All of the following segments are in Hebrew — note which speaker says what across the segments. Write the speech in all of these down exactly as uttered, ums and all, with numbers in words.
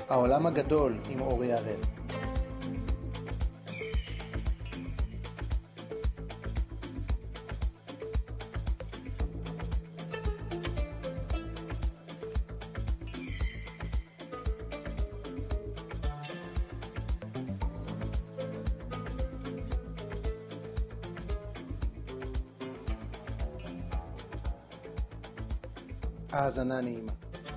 Speaker 1: העולם הגדול עם אורי הראל. האזנה נעימה.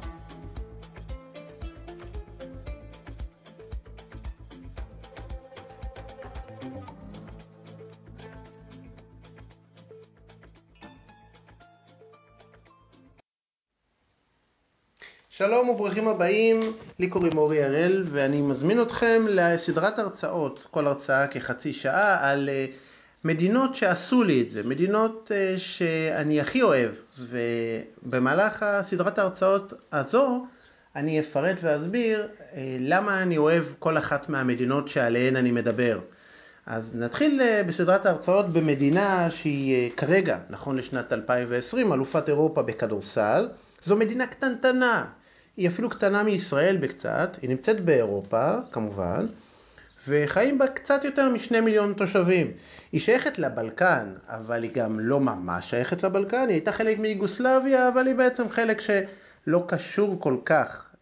Speaker 1: שלום וברוכים הבאים, לי קוראים אורי הראל ואני מזמין אתכם לסדרת הרצאות, כל הרצאה כחצי שעה, על מדינות שעשו לי את זה, מדינות שאני הכי אוהב, ובמהלך סדרת ההרצאות הזו אני אפרט ואסביר למה אני אוהב כל אחת מהמדינות שעליהן אני מדבר. אז נתחיל בסדרת ההרצאות במדינה שהיא כרגע, נכון לשנת אלפיים ועשרים, אלופת אירופה בכדורסל. זו מדינה קטנטנה, היא אפילו קטנה מישראל בקצת, היא נמצאת באירופה כמובן, וחיים בה קצת יותר משני מיליון תושבים. היא שייכת לבלקן, אבל היא גם לא ממש שייכת לבלקן, היא הייתה חלק מיוגוסלביה, אבל היא בעצם חלק שלא קשור כל כך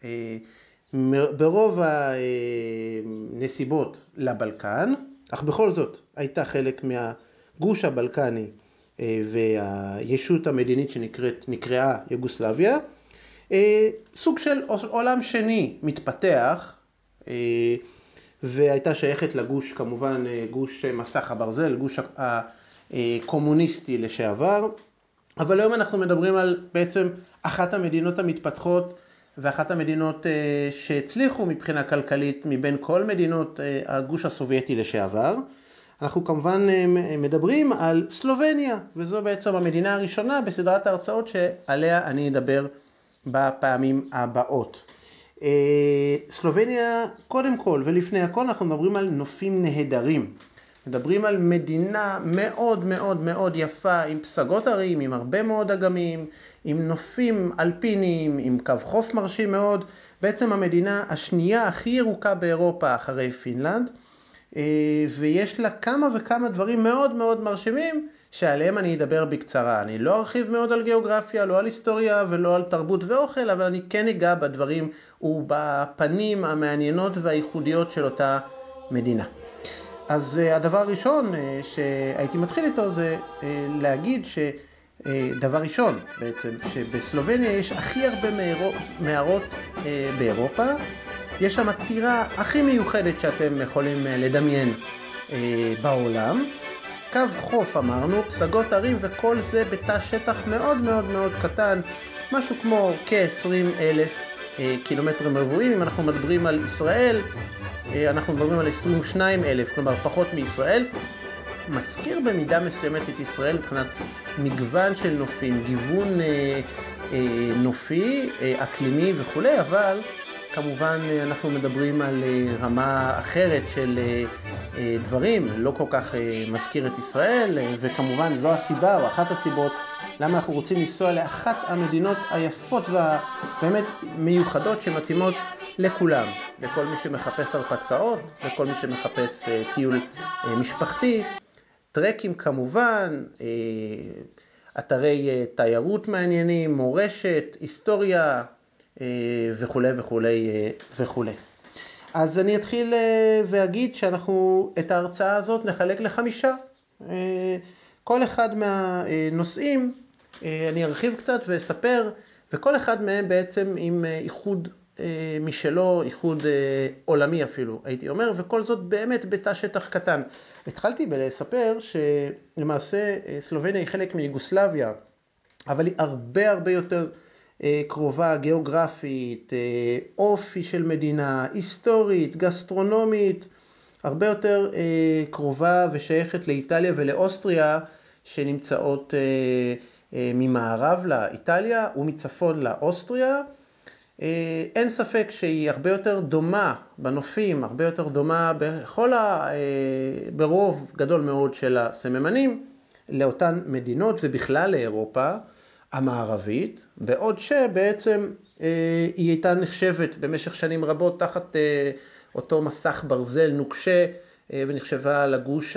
Speaker 1: ברוב הנסיבות לבלקן, אך בכל זאת הייתה חלק מהגוש הבלקני והישות המדינית שנקראה יוגוסלביה. סוג של עולם שני מתפתח, והייתה שייכת לגוש, כמובן גוש מסך הברזל, גוש הקומוניסטי לשעבר. אבל היום אנחנו מדברים על בעצם אחת המדינות המתפתחות ואחת המדינות שהצליחו מבחינה כלכלית מבין כל מדינות הגוש הסובייטי לשעבר. אנחנו כמובן מדברים על סלובניה, וזו בעצם המדינה הראשונה בסדרת ההרצאות שעליה אני אדבר בפעמים הבאות. סלובניה, קודם כל ולפני הכל, אנחנו מדברים על נופים נהדרים. מדברים על מדינה מאוד מאוד מאוד יפה, עם פסגות הרים, עם הרבה מאוד אגמים, עם נופים אלפיניים, עם קו חוף מרשים מאוד. בעצם המדינה השנייה הכי ירוקה באירופה אחרי פינלנד, ויש לה כמה וכמה דברים מאוד מאוד מרשימים שעליהם אני אדבר בקצרה. אני לא ארחיב מאוד על גיאוגרפיה, לא על היסטוריה ולא על תרבות ואוכל, אבל אני כן אגע בדברים ובפנים המעניינות והייחודיות של אותה מדינה. אז הדבר הראשון שהייתי מתחיל איתו זה להגיד שדבר ראשון בעצם, שבסלובניה יש הכי הרבה מערות באירופה. יש שם הטירה הכי מיוחדת שאתם יכולים לדמיין בעולם. קו חוף אמרנו, פסגות הרים, וכל זה בתא שטח מאוד מאוד מאוד קטן, משהו כמו כ-עשרים אלף קילומטרים רבועים. אם אנחנו מדברים על ישראל, אנחנו מדברים על עשרים ושניים אלף, כלומר פחות מישראל. מזכיר במידה מסוימת את ישראל מבחינת מגוון של נופים, גיוון אה, אה, נופי, אה, אקלימי וכו', אבל כמובן אנחנו מדברים על רמה אחרת של דברים, לא כל כך מזכיר את ישראל, וכמובן זו הסיבה או אחת הסיבות למה אנחנו רוצים לנסוע לאחת המדינות היפות והבאמת מיוחדות שמתאימות לכולם, לכל מי שמחפש הרפתקאות, לכל מי שמחפש טיול משפחתי, טרקים כמובן, אתרי תיירות מעניינים, מורשת, היסטוריה, וכו' וכו' וכו'. אז אני אתחיל ואגיד שאנחנו את ההרצאה הזאת נחלק לחמישה. כל אחד מהנושאים אני ארחיב קצת ואספר, וכל אחד מהם בעצם עם ייחוד משלו, ייחוד עולמי אפילו, הייתי אומר, וכל זאת באמת בתא שטח קטן. התחלתי בלספר שלמעשה סלובניה היא חלק מיוגוסלביה, אבל היא הרבה הרבה יותר קרובה גיאוגרפית, אופי של מדינה, היסטורית, גסטרונומית, הרבה יותר קרובה ושייכת לאיטליה ולאוסטריה שנמצאות ממערב לאיטליה ומצפון לאוסטריה. אין ספק שהיא הרבה יותר דומה בנופים, הרבה יותר דומה בכל ה... ברוב גדול מאוד של הסממנים לאותן מדינות ובכלל לאירופה המערבית, בעוד שבעצם היא הייתה נחשבת במשך שנים רבות תחת אותו מסך ברזל נוקשה, ונחשבה לגוש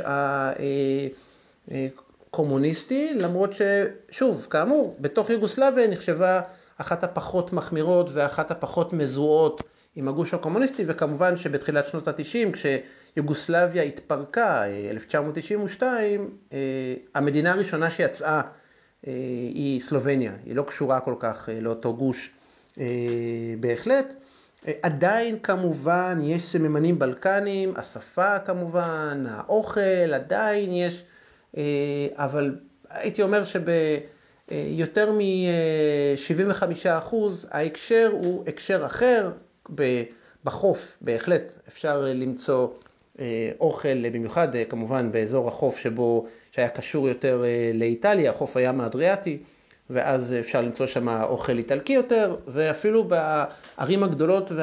Speaker 1: הקומוניסטי, למרות ששוב, כאמור, בתוך יוגוסלביה נחשבה אחת הפחות מחמירות ואחת הפחות מזוהות עם הגוש הקומוניסטי, וכמובן שבתחילת שנות ה-תשעים, כשיוגוסלביה התפרקה, אלף תשע מאות תשעים ושתיים, המדינה הראשונה שיצאה היא סלובניה, היא לא קשורה כל כך לאותו גוש בהחלט. עדיין כמובן יש סממנים בלקנים, השפה כמובן, האוכל, עדיין יש, אבל הייתי אומר שביותר מ-שבעים וחמישה אחוז ההקשר הוא הקשר אחר. בחוף בהחלט אפשר למצוא אוכל, במיוחד כמובן באזור החוף שבו, שהיה קשור יותר לאיטליה, חוף הים האדריאטי, ואז אפשר למצוא שם אוכל איטלקי יותר, ואפילו בערים הגדולות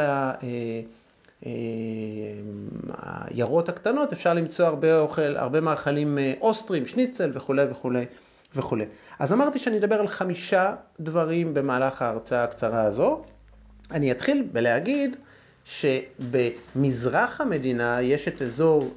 Speaker 1: והעיירות הקטנות אפשר למצוא הרבה אוכל, הרבה מאכלים אוסטרים, שניצל וכו' וכו' וכו'. אז אמרתי שאני אדבר על חמישה דברים במהלך ההרצאה הקצרה הזו. אני אתחיל בלהגיד שבמזרח המדינה יש את אזור,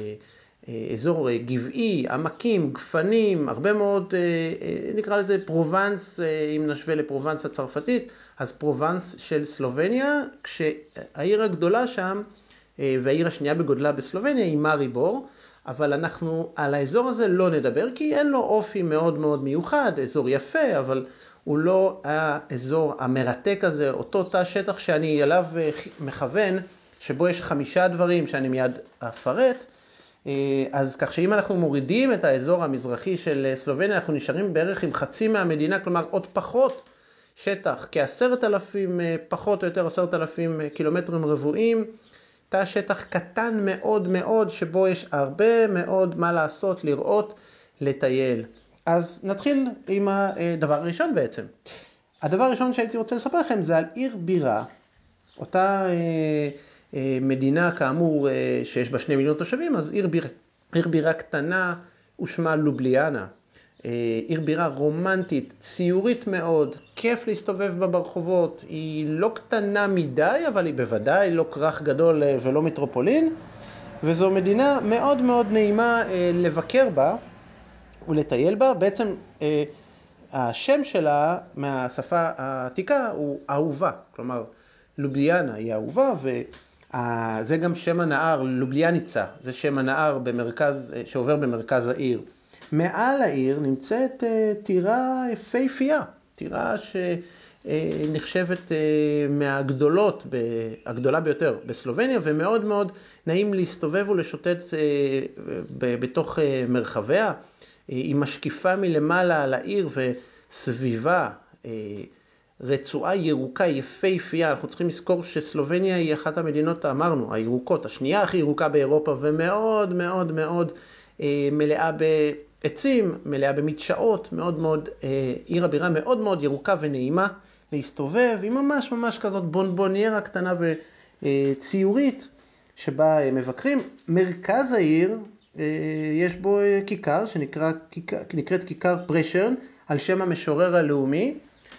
Speaker 1: אזור גבעי, עמקים, גפנים, הרבה מאוד, נקרא לזה פרובנס, אם נשווה לפרובנס הצרפתית, אז פרובנס של סלובניה, כשהעיר הגדולה שם, והעיר השנייה בגודלה בסלובניה היא מאריבור, אבל אנחנו על האזור הזה לא נדבר, כי אין לו אופי מאוד מאוד מיוחד, אזור יפה, אבל הוא לא האזור המרתק הזה, אותו תא שטח שאני עליו מכוון, שבו יש חמישה דברים שאני מיד אפרט. אז כך שאם אנחנו מורידים את האזור המזרחי של סלובניה, אנחנו נשארים בערך עם חצי מהמדינה, כלומר עוד פחות שטח, כעשרת אלפים, פחות או יותר עשרת אלפים קילומטרים רבועים, תא שטח קטן מאוד מאוד, שבו יש הרבה מאוד מה לעשות, לראות, לטייל. אז נתחיל עם הדבר הראשון בעצם. הדבר הראשון שהייתי רוצה לספר לכם זה על עיר בירה, אותה מדינה כאמור שיש בה שני מיליון תושבים, אז עיר בירה, עיר בירה קטנה ושמה לובליאנה. עיר בירה רומנטית, ציורית מאוד, כיף להסתובב בה ברחובות, היא לא קטנה מדי, אבל היא בוודאי לא כרך גדול ולא מטרופולין, וזו מדינה מאוד מאוד נעימה לבקר בה ולטייל בה. בעצם השם שלה מהשפה העתיקה הוא אהובה, כלומר לובליאנה היא אהובה, וזה גם שם הנהר, לובליאניצה, זה שם הנהר במרכז, שעובר במרכז העיר. מעל העיר נמצאת טירה יפהפייה, טירה שנחשבת מהגדולות, הגדולה ביותר בסלובניה, ומאוד מאוד נעים להסתובב ולשוטט בתוך מרחביה. היא משקיפה מלמעלה על העיר וסביבה רצועה ירוקה יפהפייה. אנחנו צריכים לזכור שסלובניה היא אחת המדינות, אמרנו, הירוקות, השנייה הכי ירוקה באירופה, ומאוד מאוד מאוד מלאה בעצים, מלאה במדשאות, מאוד מאוד, עיר הבירה מאוד מאוד ירוקה ונעימה להסתובב, היא ממש ממש כזאת בונבוניירה קטנה וציורית שבה מבקרים. מרכז העיר, יש בו כיכר שנקראת כיכר פרשרן, על שם המשורר הלאומי,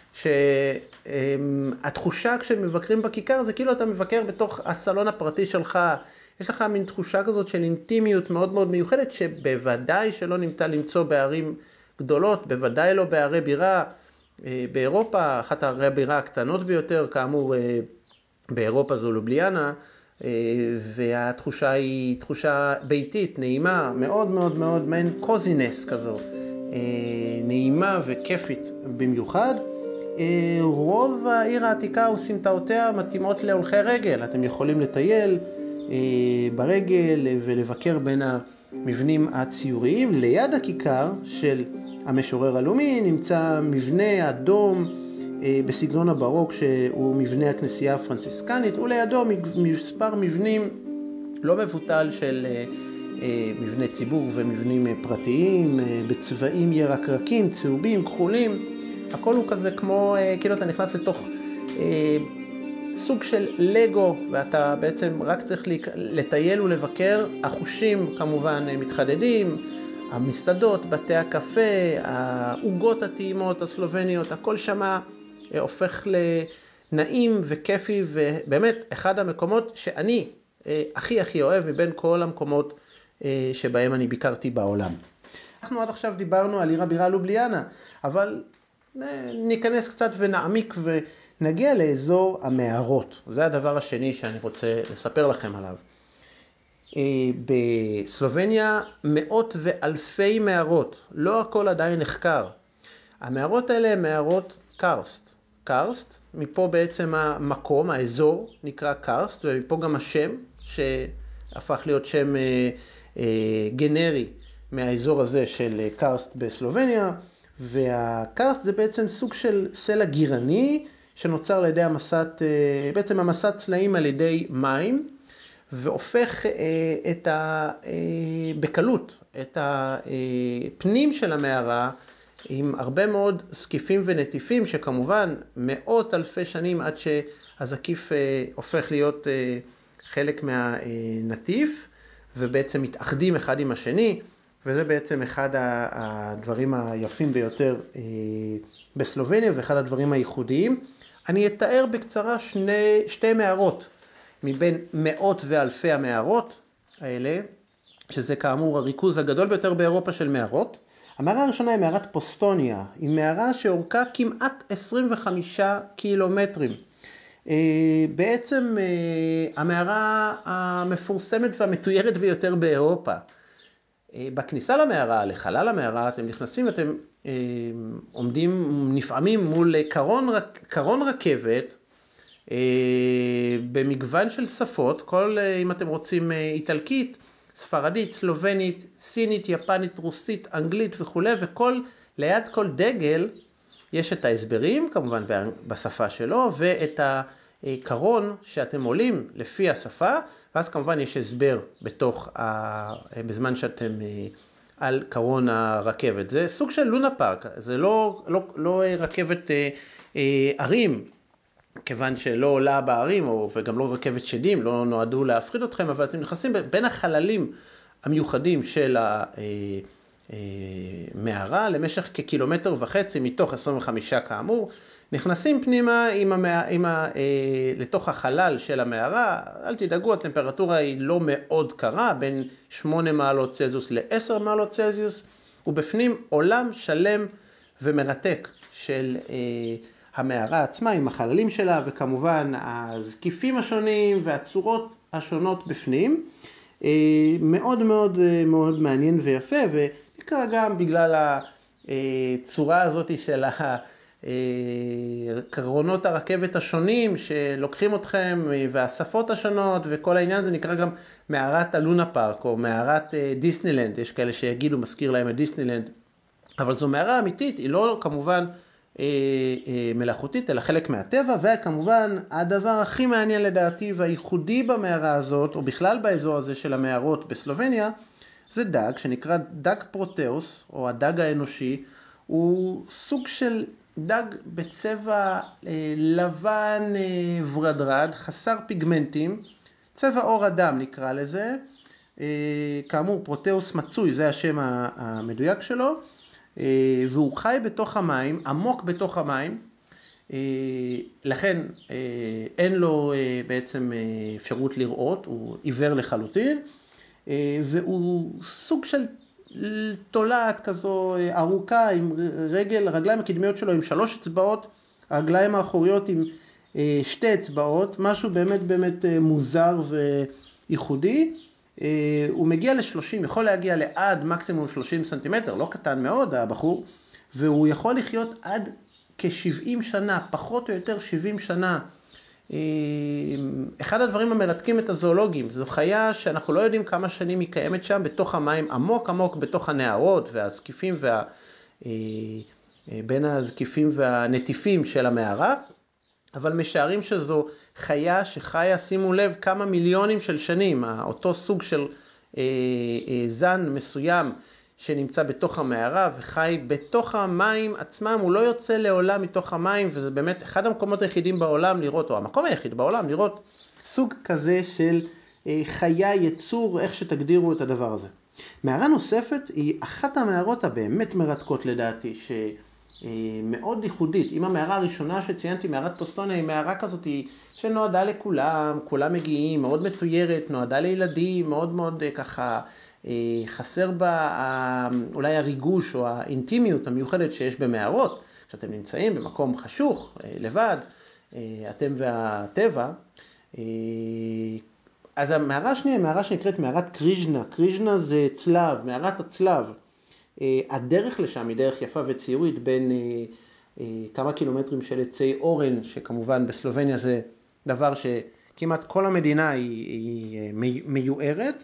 Speaker 1: שהתחושה כשמבקרים בכיכר זה כאילו אתה מבקר בתוך הסלון הפרטי שלך, יש לך מין תחושה כזאת של אינטימיות מאוד מאוד מיוחדת, שבוודאי שלא נמצא למצוא בערים גדולות, בוודאי לא בערי בירה באירופה. אחת הערי הבירה הקטנות ביותר, כאמור באירופה זו לובליאנה, והתחושה היא תחושה ביתית, נעימה, מאוד מאוד מאוד, מעין קוזינס כזו, נעימה וכיפית במיוחד. רוב העיר העתיקה וסמטאותיה מתאימות להולכי רגל, אתם יכולים לטייל ברגל ולבקר בין המבנים הציוריים. ליד הכיכר של המשורר הלאומי נמצא מבנה אדום בסגנון הברוק, שהוא מבנה הכנסייה הפרנציסקנית, ולידו מספר מבנים לא מבוטל של מבני ציבור ומבנים פרטיים בצבעים ירקרקים, צהובים, כחולים. הכל הוא כזה כמו, כאילו אתה נכנס לתוך סוג של לגו, ואתה בעצם רק צריך לטייל ולבקר. החושים כמובן מתחדדים, המסעדות, בתי הקפה, העוגות הטעימות הסלובניות, הכל שמה הופך נעים וכיפי, ובאמת אחד המקומות שאני הכי הכי אוהב מבין כל המקומות שבהם אני ביקרתי בעולם. אנחנו עד עכשיו דיברנו על עיר הבירה לובליאנה, אבל ניכנס קצת ונעמיק ונגיע לאזור המערות. זה הדבר השני שאני רוצה לספר לכם עליו. בסלובניה מאות ואלפי מערות, לא הכל עדיין נחקר. המערות האלה הן מערות קרסט. קרסט, מפה בעצם המקום, האזור נקרא קרסט, ומפה גם השם שהפך להיות שם אה, אה, גנרי מהאזור הזה של קרסט בסלובניה. והקרסט זה בעצם סוג של סלע גירני שנוצר על ידי המסת, אה, בעצם המסת צלעים על ידי מים, והופך אה, את ה, אה, בקלות את הפנים של המערה עם הרבה מאוד סקיפים ונטיפים, שכמובן מאות אלפי שנים עד שהזקיף אה, הופך להיות אה, חלק מהנטיף, ובעצם מתאחדים אחד עם השני, וזה בעצם אחד הדברים היפים ביותר אה, בסלובניה, ואחד הדברים הייחודיים. אני אתאר בקצרה שני, שתי מערות מבין מאות ואלפי המערות האלה, שזה כאמור הריכוז הגדול ביותר באירופה של מערות. המערה הראשונה היא מערת פוסטוניה, היא מערה שאורכה כמעט עשרים וחמישה קילומטרים. בעצם המערה המפורסמת והמתוירת ביותר באירופה. בכניסה למערה, לחלל המערה, אתם נכנסים ואתם עומדים, נפעמים מול קרון, קרון רכבת, במגוון של שפות, כל, אם אתם רוצים, איטלקית, ספרדית, סלובנית, סינית, יפנית, רוסית, אנגלית וכו', וכל, ליד כל דגל יש את ההסברים, כמובן בשפה שלו, ואת הקרון שאתם עולים לפי השפה, ואז כמובן יש הסבר בתוך, ה... בזמן שאתם על קרון הרכבת. זה סוג של לונה פארק, זה לא, לא, לא רכבת ערים, כיוון שלא עולה בערים, או, וגם לא רכבת שדים, לא נועדו להפחיד אתכם, אבל אתם נכנסים בין החללים המיוחדים של המערה, למשך כקילומטר וחצי מתוך עשרים וחמישה כאמור, נכנסים פנימה עם המע... עם ה... לתוך החלל של המערה. אל תדאגו, הטמפרטורה היא לא מאוד קרה, בין שמונה מעלות צלזיוס ל-עשר מעלות צלזיוס, ובפנים עולם שלם ומרתק של המערה עצמה עם החללים שלה, וכמובן הזקיפים השונים והצורות השונות בפנים. מאוד מאוד מאוד מעניין ויפה, ונקרא גם בגלל הצורה הזאת של קרונות הרכבת השונים שלוקחים אתכם, והשפות השונות, וכל העניין הזה נקרא גם מערת הלונה פארק או מערת דיסנילנד. יש כאלה שיגידו, מזכיר להם את דיסנילנד, אבל זו מערה אמיתית, היא לא כמובן מלאכותית, אלא חלק מהטבע. וכמובן הדבר הכי מעניין לדעתי והייחודי במערה הזאת, או בכלל באזור הזה של המערות בסלובניה, זה דג שנקרא דג פרוטאוס, או הדג האנושי. הוא סוג של דג בצבע לבן ורדרד, חסר פיגמנטים, צבע אור אדם נקרא לזה. כאמור פרוטאוס מצוי, זה השם המדויק שלו. והוא חי בתוך המים, עמוק בתוך המים, לכן אין לו בעצם אפשרות לראות, הוא עיוור לחלוטין, והוא סוג של תולעת כזו ארוכה עם רגל, הרגליים הקדמיות שלו עם שלוש אצבעות, הרגליים האחוריות עם שתי אצבעות, משהו באמת באמת מוזר וייחודי. הוא מגיע ל-שלושים, יכול להגיע לעד מקסימום שלושים סנטימטר, לא קטן מאוד הבחור, והוא יכול לחיות עד כ-שבעים שנה, פחות או יותר שבעים שנה. אחד הדברים המרתקים את הזואולוגים, זו חיה שאנחנו לא יודעים כמה שנים היא קיימת שם, בתוך המים, עמוק עמוק בתוך הנהרות והזקיפים, וה... בין הזקיפים והנטיפים של המערה, אבל משערים שזו חיה שחיה, שימו לב, כמה מיליונים של שנים, אותו סוג של אה, אה, זן מסוים שנמצא בתוך המערה וחי בתוך המים עצמם, הוא לא יוצא לעולם מתוך המים, וזה באמת אחד המקומות היחידים בעולם לראות, או המקום היחיד בעולם לראות סוג כזה של אה, חיה, יצור, איך שתגדירו את הדבר הזה. מערה נוספת היא אחת המערות הבאמת מרתקות לדעתי, ש... מאוד ייחודית. אם המערה הראשונה שציינתי, מערת פוסטונה, היא מערה כזאת שנועדה לכולם, כולם מגיעים, מאוד מתוירת, נועדה לילדים, מאוד מאוד ככה חסר בה אולי הריגוש או האינטימיות המיוחדת שיש במערות. כשאתם נמצאים במקום חשוך, לבד, אתם והטבע. אז המערה השנייה היא מערה שנקראת מערת קריז'נה. קריז'נה זה צלב, מערת הצלב. הדרך לשם היא דרך יפה וציורית בין כמה קילומטרים של עצי אורן, שכמובן בסלובניה זה דבר שכמעט כל המדינה היא, היא מיוערת.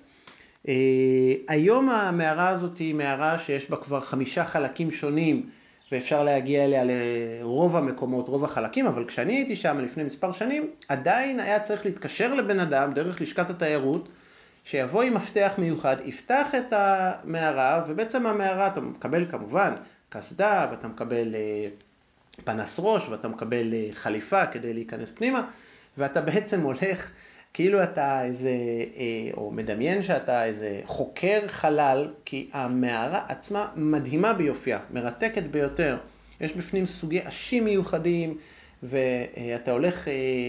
Speaker 1: היום המערה הזאת היא מערה שיש בה כבר חמישה חלקים שונים, ואפשר להגיע אליה לרוב המקומות, רוב החלקים, אבל כשאני הייתי שם לפני מספר שנים, עדיין היה צריך להתקשר לבן אדם דרך לשכת התיירות, שיבוא עם מפתח מיוחד, יפתח את המערה, ובעצם המערה אתה מקבל כמובן קסדה, ואתה מקבל פנס ראש, ואתה מקבל חליפה כדי להיכנס פנימה, ואתה בעצם הולך כאילו אתה איזה, או מדמיין שאתה איזה חוקר חלל, כי המערה עצמה מדהימה ביופייה, מרתקת ביותר. יש בפנים סוגי אשים מיוחדים, ואתה הולך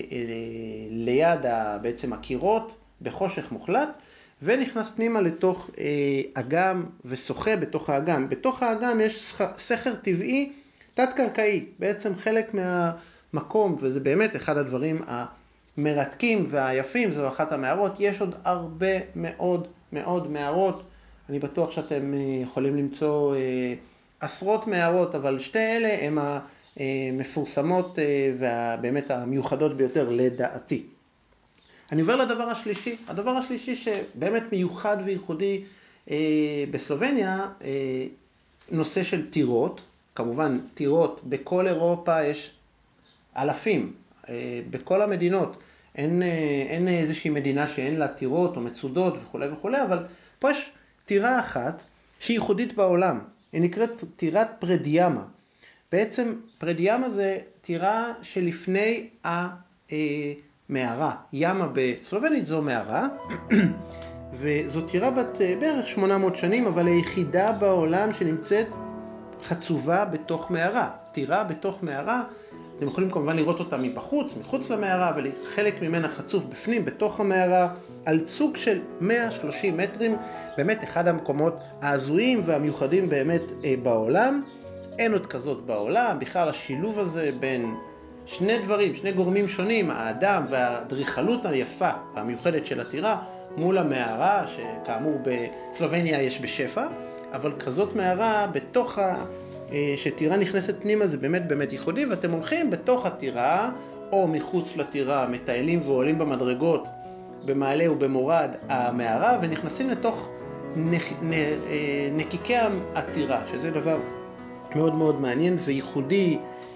Speaker 1: ליד בעצם הקירות בחושך מוחלט, ונכנס פנימה לתוך אגם ושוחה בתוך האגם. בתוך האגם יש סכר טבעי תת-קרקעי, בעצם חלק מהמקום, וזה באמת אחד הדברים המרתקים והיפים, זו אחת המערות. יש עוד הרבה מאוד מאוד מערות, אני בטוח שאתם יכולים למצוא עשרות מערות, אבל שתי אלה הן המפורסמות ובאמת המיוחדות ביותר לדעתי. אני עובר לדבר השלישי. הדבר השלישי שבאמת מיוחד וייחודי בסלובניה, נושא של טירות. כמובן, טירות בכל אירופה יש אלפים, בכל המדינות. אין, אין איזושהי מדינה שאין לה טירות או מצודות וכו' וכו', אבל פה יש טירה אחת שהיא ייחודית בעולם. היא נקראת טירת פרדיאמה. בעצם פרדיאמה זה טירה שלפני המערה. ימה בסלובנית זו מערה, וזו טירה בת בערך שמונה מאות שנים, אבל היחידה בעולם שנמצאת חצובה בתוך מערה. טירה בתוך מערה, אתם יכולים כמובן לראות אותה מבחוץ, מחוץ למערה, אבל חלק ממנה חצוב בפנים, בתוך המערה, על צוג של מאה ושלושים מטרים, באמת אחד המקומות העזויים והמיוחדים באמת בעולם. אין עוד כזאת בעולם, בכלל השילוב הזה בין שני דברים, שני גורמים שונים, האדם והדריכלות היפה והמיוחדת של הטירה, מול המערה, שכאמור בסלובניה יש בשפע, אבל כזאת מערה בתוך ה... שטירה נכנסת פנימה זה באמת באמת ייחודי, ואתם הולכים בתוך הטירה או מחוץ לטירה, מטיילים ועולים במדרגות במעלה ובמורד המערה, ונכנסים לתוך נק... נקיקי הטירה, שזה דבר מאוד מאוד מעניין וייחודי,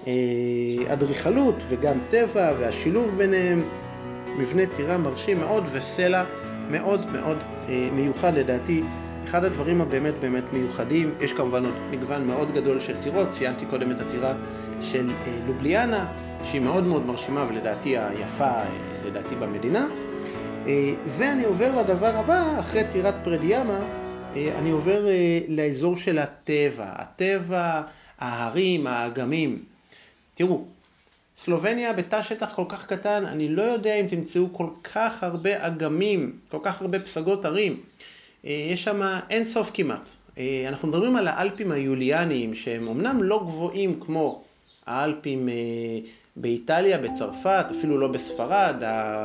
Speaker 1: אדריכלות וגם טבע והשילוב ביניהם. מבנה טירה מרשים מאוד וסלע מאוד מאוד מיוחד לדעתי. אחד הדברים הבאמת באמת מיוחדים. יש כמובן עוד מגוון מאוד גדול של טירות. ציינתי קודם את הטירה של לובליאנה, שהיא מאוד מאוד מרשימה ולדעתי היפה לדעתי במדינה. ואני עובר לדבר הבא, אחרי טירת פרדיאמה, אני עובר לאזור של הטבע. הטבע, ההרים, האגמים. תראו, סלובניה בתא שטח כל כך קטן, אני לא יודע אם תמצאו כל כך הרבה אגמים, כל כך הרבה פסגות הרים. יש שם אין סוף כמעט. אנחנו מדברים על האלפים היוליאניים, שהם אמנם לא גבוהים כמו האלפים באיטליה, בצרפת, אפילו לא בספרד.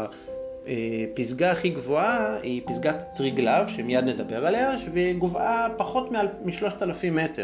Speaker 1: הפסגה הכי גבוהה היא פסגת טריגלב, שמיד נדבר עליה, וגובהה פחות מ-שלושת אלפים מטר.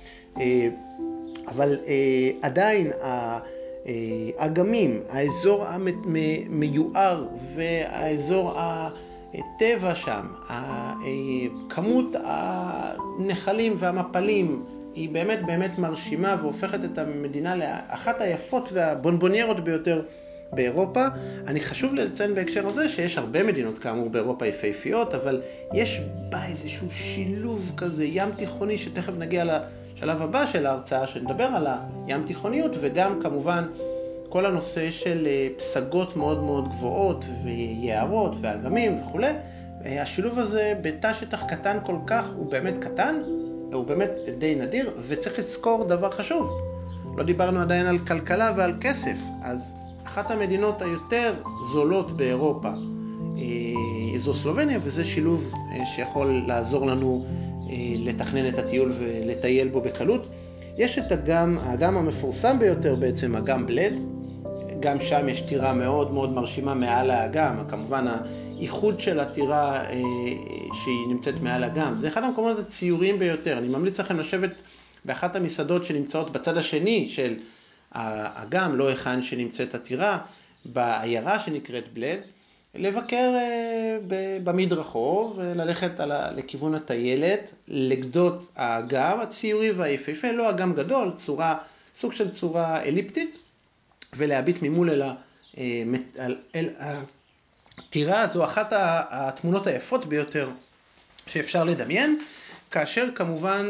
Speaker 1: אבל עדיין האגמים, האזור המיוער והאזור הטבע שם, כמות הנחלים והמפלים היא באמת באמת מרשימה והופכת את המדינה לאחת היפות והבונבוניירות ביותר באירופה. אני חשוב לציין בהקשר הזה שיש הרבה מדינות כאמור באירופה יפהפיות, אבל יש בה איזשהו שילוב כזה ים תיכוני, שתכף נגיע לשלב הבא של ההרצאה שנדבר על הים תיכוניות, וגם כמובן כל הנושא של פסגות מאוד מאוד גבוהות ויערות ואגמים וכו'. השילוב הזה בתא שטח קטן כל כך הוא באמת קטן, הוא באמת די נדיר, וצריך לזכור דבר חשוב. לא דיברנו עדיין על כלכלה ועל כסף, אז אחת המדינות היותר זולות באירופה זו סלובניה, וזה שילוב שיכול לעזור לנו לתכנן את הטיול ולטייל בו בקלות. יש את האגם, האגם המפורסם ביותר בעצם, אגם בלד. גם שם יש טירה מאוד מאוד מרשימה מעל האגם, כמובן האיחוד של הטירה אה, שהיא נמצאת מעל האגם, זה אחד המקומות הציוריים ביותר. אני ממליץ לכם לשבת באחת המסעדות שנמצאות בצד השני של האגם, לא היכן שנמצאת הטירה, בעיירה שנקראת בלד, לבקר אה, במדרחוב וללכת על ה, לכיוון הטיילת, לגדות האגם הציורי והיפהפה, לא אגם גדול, צורה, סוג של צורה אליפטית, ולהביט ממול אל, אל, אל הטירה. זו אחת התמונות היפות ביותר שאפשר לדמיין, כאשר כמובן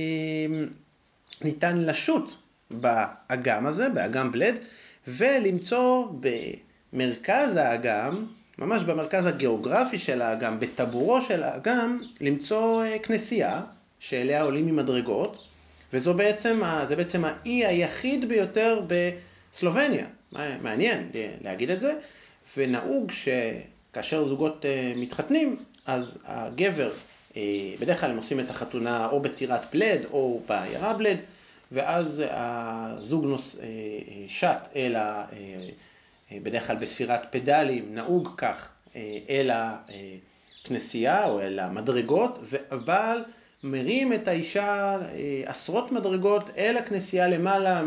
Speaker 1: ניתן לשוט באגם הזה, באגם בלד, ולמצוא במרכז האגם, ממש במרכז הגיאוגרפי של האגם, בטבורו של האגם, למצוא כנסייה שאליה עולים ממדרגות, וזו בעצם, זה בעצם האי היחיד ביותר בסלובניה. מעניין להגיד את זה, ונהוג שכאשר זוגות מתחתנים, אז הגבר, בדרך כלל הם עושים את החתונה או בטירת בלד או בעיירה בלד, ואז הזוג נוס, שט אל, בדרך כלל בסירת פדלים, נהוג כך אל הכנסייה או אל המדרגות, והבעל מרים את האישה עשרות מדרגות אל הכנסייה למעלה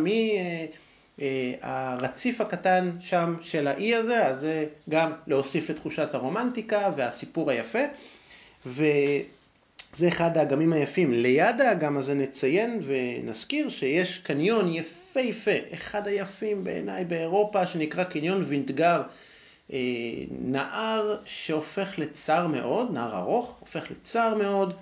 Speaker 1: מהרציף הקטן שם של האי הזה, אז זה גם להוסיף לתחושת הרומנטיקה והסיפור היפה, וזה אחד האגמים היפים. ליד האגם הזה נציין ונזכיר שיש קניון יפהפה, אחד היפים בעיניי באירופה, שנקרא קניון וינטגר, נהר שהופך לצר מאוד, נהר ארוך, הופך לצר מאוד,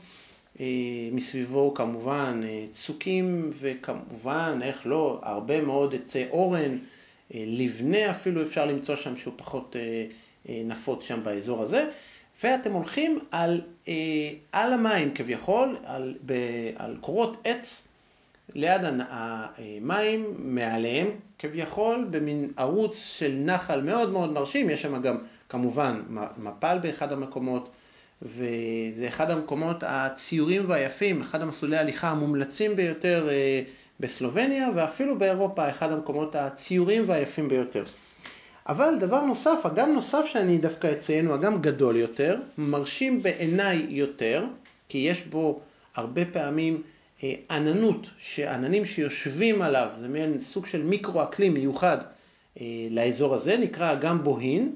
Speaker 1: מסביבו כמובן צוקים, וכמובן, איך לא, הרבה מאוד עצי אורן, לבנה אפילו אפשר למצוא שם שהוא פחות נפוץ שם באזור הזה, ואתם הולכים על, על המים כביכול, על, ב, על קורות עץ, ליד המים, מעליהם כביכול, במין ערוץ של נחל מאוד מאוד מרשים. יש שם גם כמובן מפל באחד המקומות, וזה אחד המקומות הציורים והיפים, אחד המסלולי ההליכה המומלצים ביותר בסלובניה, ואפילו באירופה, אחד המקומות הציורים והיפים ביותר. אבל דבר נוסף, אגם נוסף שאני דווקא אציין, הוא אגם גדול יותר, מרשים בעיניי יותר, כי יש בו הרבה פעמים עננות, עננים שיושבים עליו, זה מעין סוג של מיקרו-אקלים מיוחד לאזור הזה, נקרא אגם בוהין,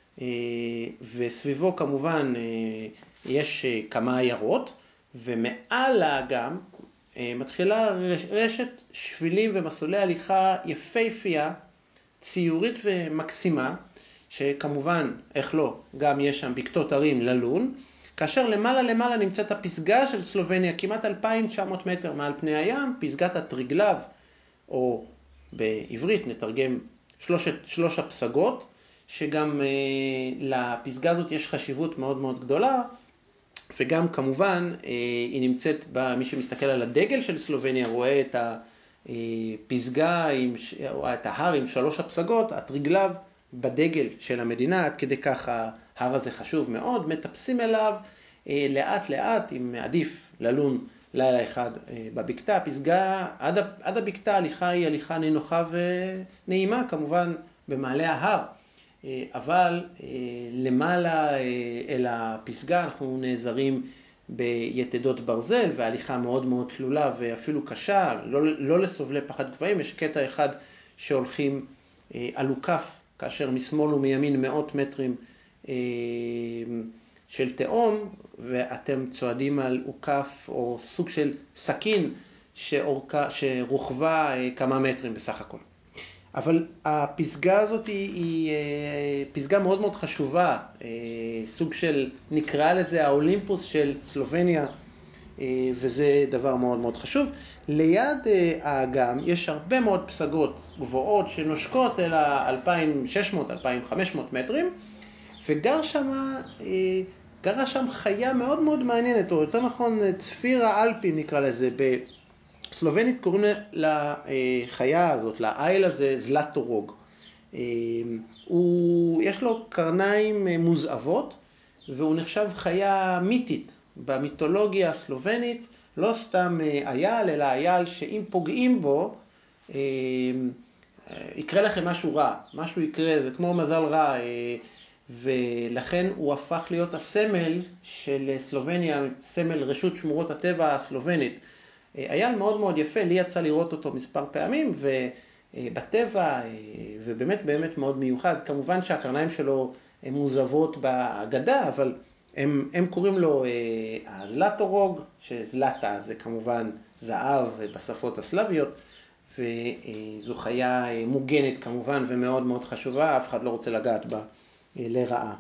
Speaker 1: וסביבו כמובן יש כמה עיירות, ומעל האגם מתחילה רשת שבילים ומסלולי הליכה יפהפייה, ציורית ומקסימה, שכמובן, איך לא, גם יש שם בקתות הרים ללון, כאשר למעלה למעלה נמצאת הפסגה של סלובניה, כמעט אלפיים ותשע מאות מטר מעל פני הים, פסגת הטריגלב, או בעברית נתרגם שלושת, שלוש הפסגות, שגם אה, לפסגה הזאת יש חשיבות מאוד מאוד גדולה, וגם כמובן אה, היא נמצאת, בה, מי שמסתכל על הדגל של סלובניה רואה את הפסגה, עם, או את ההר עם שלוש הפסגות, הטריגלב בדגל של המדינה, עד כדי כך ההר הזה חשוב מאוד, מטפסים אליו אה, לאט לאט, אם עדיף ללון לילה אחד אה, בבקתה, הפסגה עד, עד הבקתה, הליכה היא הליכה נינוחה ונעימה כמובן במעלה ההר, אה, אבל אה, למעלה אה, אל הפסגה אנחנו נעזרים ביתדות ברזל, וההליכה מאוד מאוד תלולה ואפילו קשה, לא, לא לסובלי פחד גבהים. יש קטע אחד שהולכים אה, על עוקף, כאשר משמאל ומימין מאות מטרים אה, של תאום, ואתם צועדים על עוקף או סוג של סכין שאורכה, שרוחבה אה, כמה מטרים בסך הכל. אבל הפסגה הזאת היא, היא פסגה מאוד מאוד חשובה, סוג של, נקרא לזה האולימפוס של סלובניה, וזה דבר מאוד מאוד חשוב. ליד האגם יש הרבה מאוד פסגות גבוהות שנושקות אל ה-אלפיים ושש מאות עד אלפיים וחמש מאות מטרים, וגר שם, גרה שם חיה מאוד מאוד מעניינת, או יותר נכון צפיר האלפים נקרא לזה, סלובנית קוראים לחיה הזאת, לאייל הזה, זלטורוג. הוא, יש לו קרניים מוזעבות, והוא נחשב חיה מיתית במיתולוגיה הסלובנית, לא סתם אייל, אלא אייל שאם פוגעים בו, יקרה לכם משהו רע, משהו יקרה, זה כמו מזל רע, ולכן הוא הפך להיות הסמל של סלובניה, סמל רשות שמורות הטבע הסלובנית. אייל מאוד מאוד יפה, לי יצא לראות אותו מספר פעמים, ובטבע, ובאמת באמת מאוד מיוחד. כמובן שהקרניים שלו הן מוזבות באגדה, אבל הם, הם קוראים לו הזלטורוג, שזלטה זה כמובן זהב בשפות הסלביות, וזו חיה מוגנת כמובן ומאוד מאוד חשובה, אף אחד לא רוצה לגעת בה לרעה.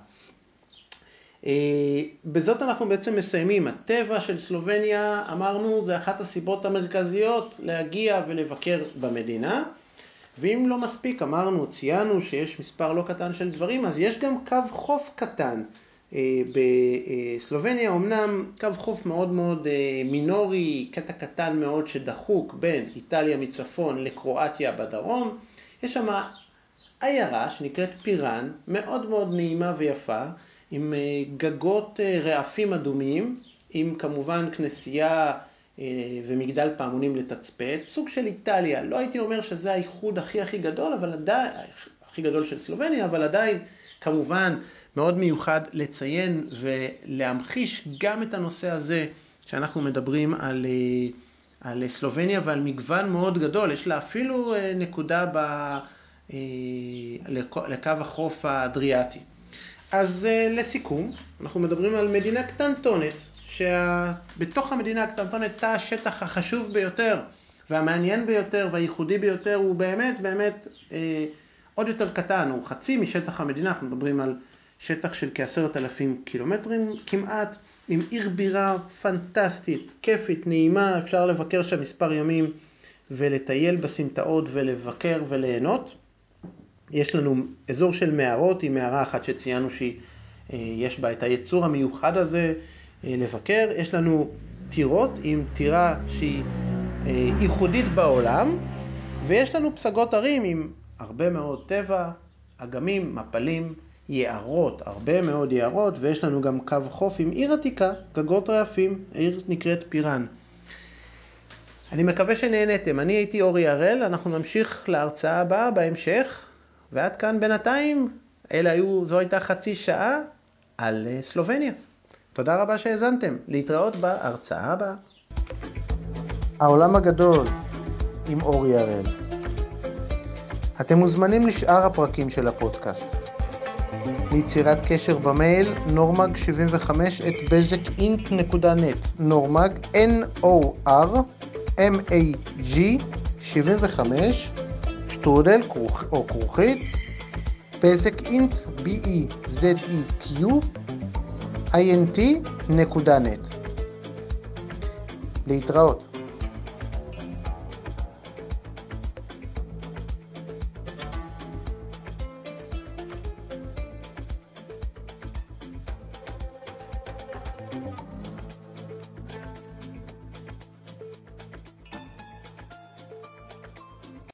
Speaker 1: בזאת אנחנו בעצם מסיימים. הטבע של סלובניה, אמרנו, זה אחת הסיבות המרכזיות להגיע ולבקר במדינה. ואם לא מספיק, אמרנו, ציינו שיש מספר לא קטן של דברים, אז יש גם קו חוף קטן. בסלובניה אומנם קו חוף מאוד מאוד מינורי, קטע קטן מאוד שדחוק בין איטליה מצפון לקרואטיה בדרום. יש שם עיירה שנקראת פיראן, מאוד מאוד נעימה ויפה, עם גגות רעפים אדומים, עם כמובן כנסייה ומגדל פעמונים לתצפת, סוג של איטליה. לא הייתי אומר שזה האיחוד הכי הכי גדול, אבל עדיין, הכי גדול של סלובניה, אבל עדיין כמובן מאוד מיוחד לציין ולהמחיש גם את הנושא הזה שאנחנו מדברים על, על סלובניה ועל מגוון מאוד גדול. יש לה אפילו נקודה ב, לקו החוף האדריאטי. אז לסיכום, אנחנו מדברים על מדינה קטנטונת, שבתוך המדינה הקטנטונת תא השטח החשוב ביותר והמעניין ביותר והייחודי ביותר הוא באמת באמת אה, עוד יותר קטן, הוא חצי משטח המדינה. אנחנו מדברים על שטח של כעשרת אלפים קילומטרים כמעט, עם עיר בירה פנטסטית, כיפית, נעימה, אפשר לבקר שם מספר ימים ולטייל בסמטאות ולבקר וליהנות. יש לנו אזור של מערות, עם מערה אחת שציינו שיש בה את היצור המיוחד הזה לבקר. יש לנו טירות עם טירה שהיא ייחודית בעולם, ויש לנו פסגות ערים עם הרבה מאוד טבע, אגמים, מפלים, יערות, הרבה מאוד יערות, ויש לנו גם קו חוף עם עיר עתיקה, גגות רעפים, העיר נקראת פיראן. אני מקווה שנהנתם. אני הייתי אורי הראל, אנחנו נמשיך להרצאה הבאה בהמשך, ועד כאן בינתיים, אלה היו, זו הייתה חצי שעה על סלובניה. תודה רבה שהאזנתם, להתראות בהרצאה הבאה. העולם הגדול עם אורי הראל. אתם מוזמנים לשאר הפרקים של הפודקאסט. ליצירת קשר במייל נורמג שבעים וחמש את בזק אינק נקודה נט, נורמג N O R M A G שבעים וחמש שטרודל או כרוכית בזק אינק B E Z E Q I N T נקודה נט. להתראות.